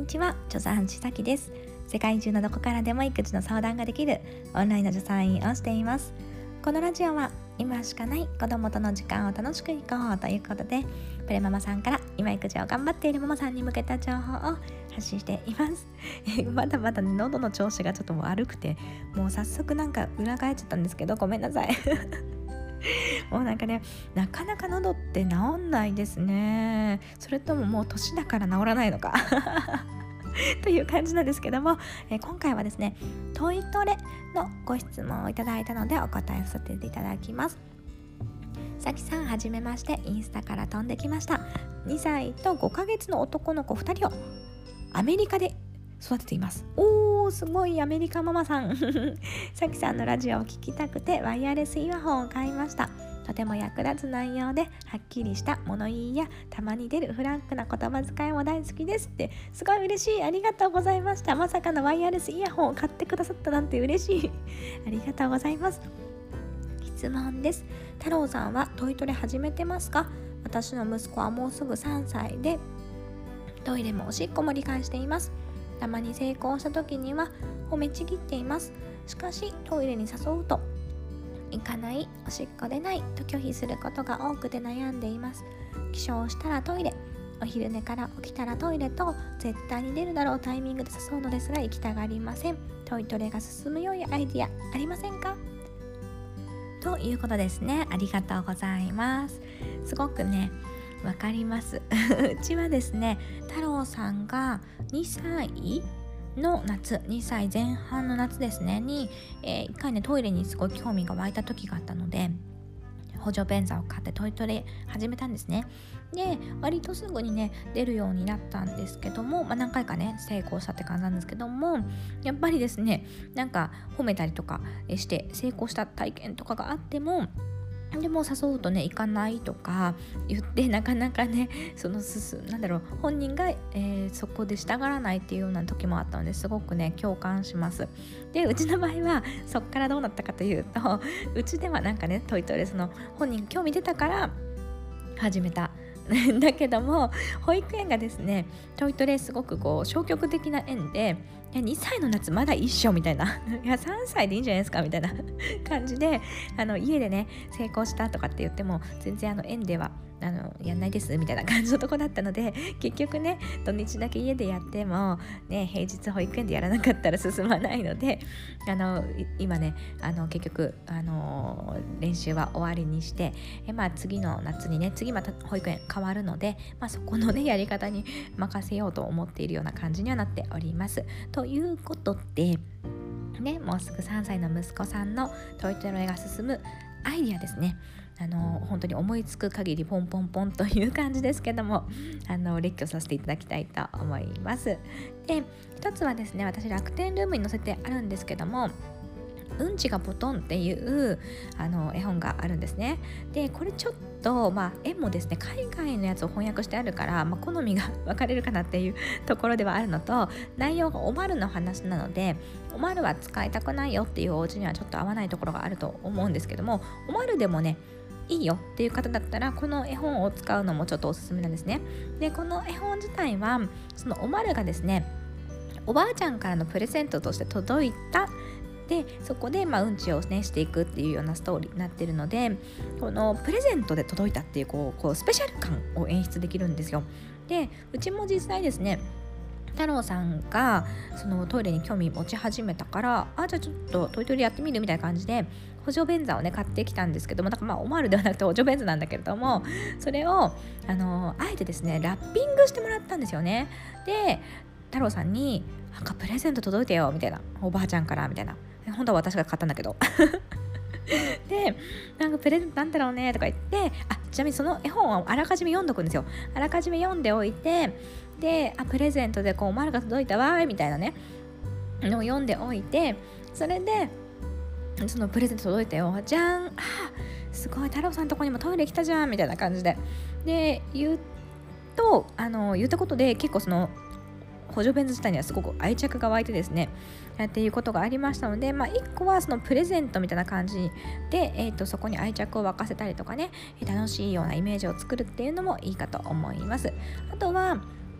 ちは、助産師さきです。世界中のどこからでも育児の相談ができるオンラインの助産院をしています。このラジオは今しかない子供との時間を楽しくいこうということで、プレママさんから今育児を頑張っているママさんに向けた情報を発信していますまだまだね、喉の調子がちょっと悪くて、もう早速裏返っちゃったんですけど、ごめんなさいもうなかなか喉って治んないですね。それとももう年だから治らないのかという感じなんですけども、今回はですね、トイトレのご質問をいただいたのでお答えさせていただきます。さきさん、はじめまして。インスタから飛んできました。2歳と5ヶ月の男の子2人をアメリカで育てています。すごい、アメリカママさんさきさんのラジオを聞きたくてワイヤレスイヤホンを買いました。とても役立つ内容で、はっきりした物言いやたまに出るフランクな言葉遣いも大好きですって。すごい嬉しい、ありがとうございました。まさかのワイヤレスイヤホンを買ってくださったなんて嬉しいありがとうございます。質問です。太郎さんはトイトレ始めてますか？私の息子はもうすぐ3歳で、トイレもおしっこも理解しています。たまに成功した時には褒めちぎっています。しかしトイレに誘うと、行かない、おしっこ出ないと拒否することが多くて悩んでいます。起床したらトイレ、お昼寝から起きたらトイレと絶対に出るだろうタイミングで誘うのですが、行きたがりません。トイトレが進む良いアイディアありませんか？ということですね。ありがとうございます。すごくね、わかりますうちはですね、太郎さんが2歳の夏、2歳前半の夏ですねに、一回ね、トイレにすごい興味が湧いた時があったので、補助便座を買ってトイトレ始めたんですね。で、割とすぐにね出るようになったんですけども、何回かね成功したって感じなんですけども、やっぱりですね、褒めたりとかして成功した体験とかがあっても、でも誘うとね、行かないとか言って、なかなかね、本人が、そこで従わないっていうような時もあったので、すごくね共感します。で、うちの場合はそっからどうなったかというと、うちではトイトレ、本人が興味出たから始めただけども、保育園がですね、トイトレすごく消極的な園で、2歳の夏まだ一緒みたいないや3歳でいいんじゃないですかみたいな感じで、家でね成功したとかって言っても全然園ではやんないですみたいな感じのとこだったので、結局ね土日だけ家でやってもね、平日保育園でやらなかったら進まないので、今ね結局練習は終わりにして、次の夏にね、次また保育園変わるので、そこのねやり方に任せようと思っているような感じにはなっております。ということでね、もうすぐ3歳の息子さんのトイトレが進むアイディアですね、本当に思いつく限りポンポンポンという感じですけども、列挙させていただきたいと思います。で、一つはですね、私楽天ルームに載せてあるんですけども、うんちがポトンっていう絵本があるんですね。で、これちょっと絵もですね、海外のやつを翻訳してあるから、好みが分かれるかなっていうところではあるのと、内容がおまるの話なので、おまるは使いたくないよっていうお家にはちょっと合わないところがあると思うんですけども、おまるでもねいいよっていう方だったら、この絵本を使うのもちょっとおすすめなんですね。で、この絵本自体はそのおまるがですね、おばあちゃんからのプレゼントとして届いた。で、そこでうんちをねしていくっていうようなストーリーになってるので、このプレゼントで届いたっていうスペシャル感を演出できるんですよ。で、うちも実際ですね、太郎さんがそのトイレに興味持ち始めたから、じゃあちょっとトイトレやってみるみたいな感じで補助便座をね買ってきたんですけども、おまるではなくて補助便座なんだけれども、それをあえてですねラッピングしてもらったんですよね。で、太郎さんにプレゼント届いてよみたいな、おばあちゃんからみたいな、本当は私が買ったんだけどで、プレゼントなんだろうねとか言って、ちなみにその絵本をあらかじめ読んどくんですよ。あらかじめ読んでおいて、で、プレゼントでおまるが届いたわみたいなねのを読んでおいて、それでそのプレゼント届いたよ、じゃん、すごい、太郎さんのとこにもトイレ来たじゃんみたいな感じで言ったことで、結構その補助便座自体にはすごく愛着が湧いてですね、っていうことがありましたので、1個はそのプレゼントみたいな感じで、そこに愛着を沸かせたりとかね、楽しいようなイメージを作るっていうのもいいかと思います。あとは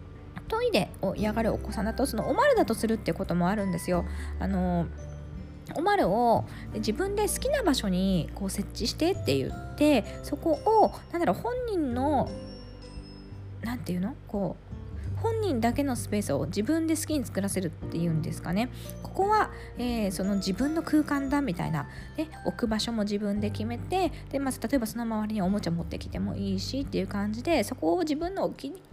トイレを嫌がるお子さんだと、そのおまるだとするっていうこともあるんですよ。おまるを自分で好きな場所にこう設置してって言って、そこを本人の本人だけのスペースを自分で好きに作らせるっていうんですかね。ここは、その自分の空間だみたいな、置く場所も自分で決めて、で、例えばその周りにおもちゃ持ってきてもいいしっていう感じで、そこを自分のお気に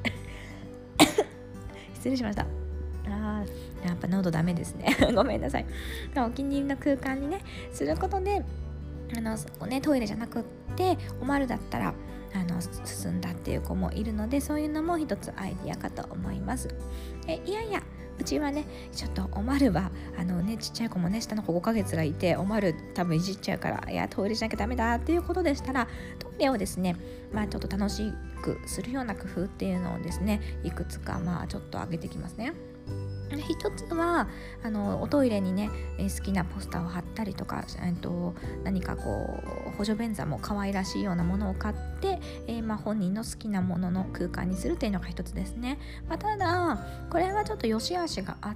失礼しました。やっぱ喉ダメですねごめんなさい。お気に入りの空間にねすることで、そこね、トイレじゃなくっておまるだったら進んだっていう子もいるので、そういうのも一つアイディアかと思います。いやいや、うちはねちょっとおまるはちっちゃい子もね、下の子5ヶ月がいておまる多分いじっちゃうから、いやトイレしなきゃダメだっていうことでしたら、トイレをですねちょっと楽しくするような工夫っていうのをですね、いくつかちょっと挙げてきますね。一つはおトイレにね好きなポスターを貼ったりとか、何か補助便座も可愛らしいようなものを買って、本人の好きなものの空間にするっていうのが一つですね。ただこれはちょっと良し悪しがあって、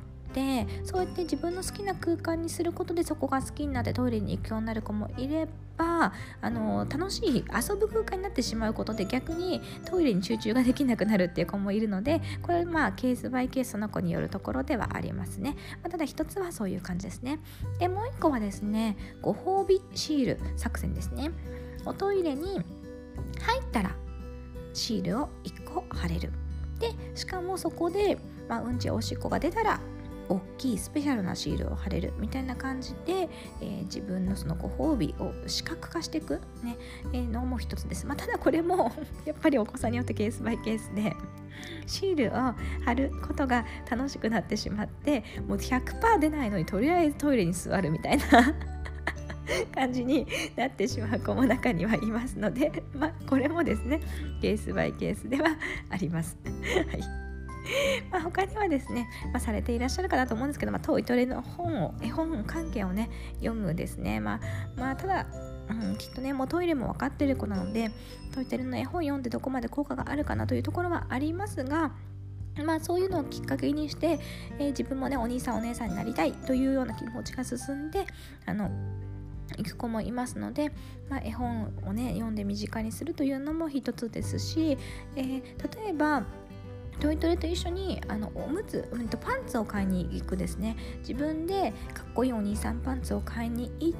そうやって自分の好きな空間にすることでそこが好きになってトイレに行くようになる子もいれば、楽しい遊ぶ空間になってしまうことで逆にトイレに集中ができなくなるっていう子もいるので、これはケースバイケースその子によるところではありますね。ただ一つはそういう感じですね。でもう一個はですね、ご褒美シール作戦ですね。おトイレに入ったらシールを1個貼れる。でしかもそこで、うんちおしっこが出たら大きいスペシャルなシールを貼れるみたいな感じで、自分のそのご褒美を視覚化していく、のも一つです。ただこれもやっぱりお子さんによってケースバイケースで、シールを貼ることが楽しくなってしまって、もう 100% 出ないのにとりあえずトイレに座るみたいな感じになってしまう子も中にはいますので、これもですねケースバイケースではありますはい。他にはですね、されていらっしゃるかなと思うんですけど、トイトレの絵本関係をね読むですね。ただ、きっとねもうトイレも分かってる子なので、トイトレの絵本読んでどこまで効果があるかなというところはありますが、そういうのをきっかけにして、自分もねお兄さんお姉さんになりたいというような気持ちが進んで行く子もいますので、絵本をね読んで身近にするというのも一つですし、例えばトイトレと一緒におむつ、パンツを買いに行くですね。自分でかっこいいお兄さんパンツを買いに行って、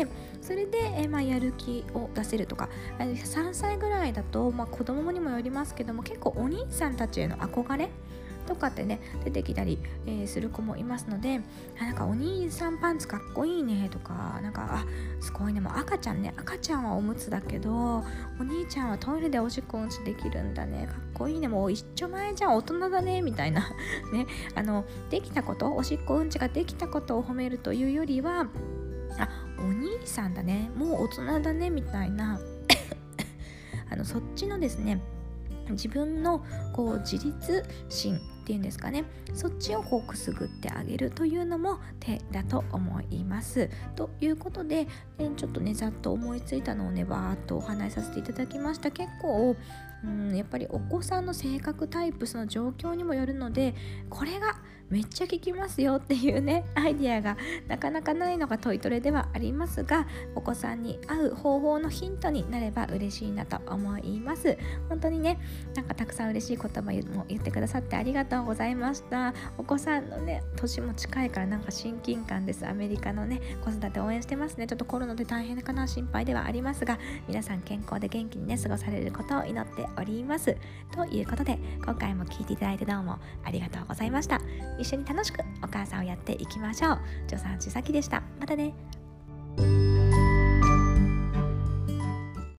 それで、やる気を出せるとか、3歳ぐらいだと、子供にもよりますけども、結構お兄さんたちへの憧れとかってね出てきたり、する子もいますので、お兄さんパンツかっこいいねとか、すごいね、もう赤ちゃんはおむつだけどお兄ちゃんはトイレでおしっこうんちできるんだね、かっこいいね、もう一丁前じゃん、大人だねみたいなね、できたこと、おしっこうんちができたことを褒めるというよりは、お兄さんだね、もう大人だねみたいなそっちのですね自分の自立心っていうんですかね、そっちをくすぐってあげるというのも手だと思います。ということで、ちょっとねざっと思いついたのをねバーっとお話しさせていただきました。結構やっぱりお子さんの性格タイプ、その状況にもよるので、これがめっちゃ効きますよっていうねアイディアがなかなかないのがトイトレではありますが、お子さんに合う方法のヒントになれば嬉しいなと思います。本当にねたくさん嬉しい言葉も言ってくださってありがとうございました。お子さんのね年も近いから親近感です。アメリカのね子育て応援してますね。ちょっとコロナで大変かな、心配ではありますが、皆さん健康で元気にね過ごされることを祈っております。ということで、今回も聞いていただいてどうもありがとうございました。一緒に楽しくお母さんをやっていきましょう。助産師さきでした。またね。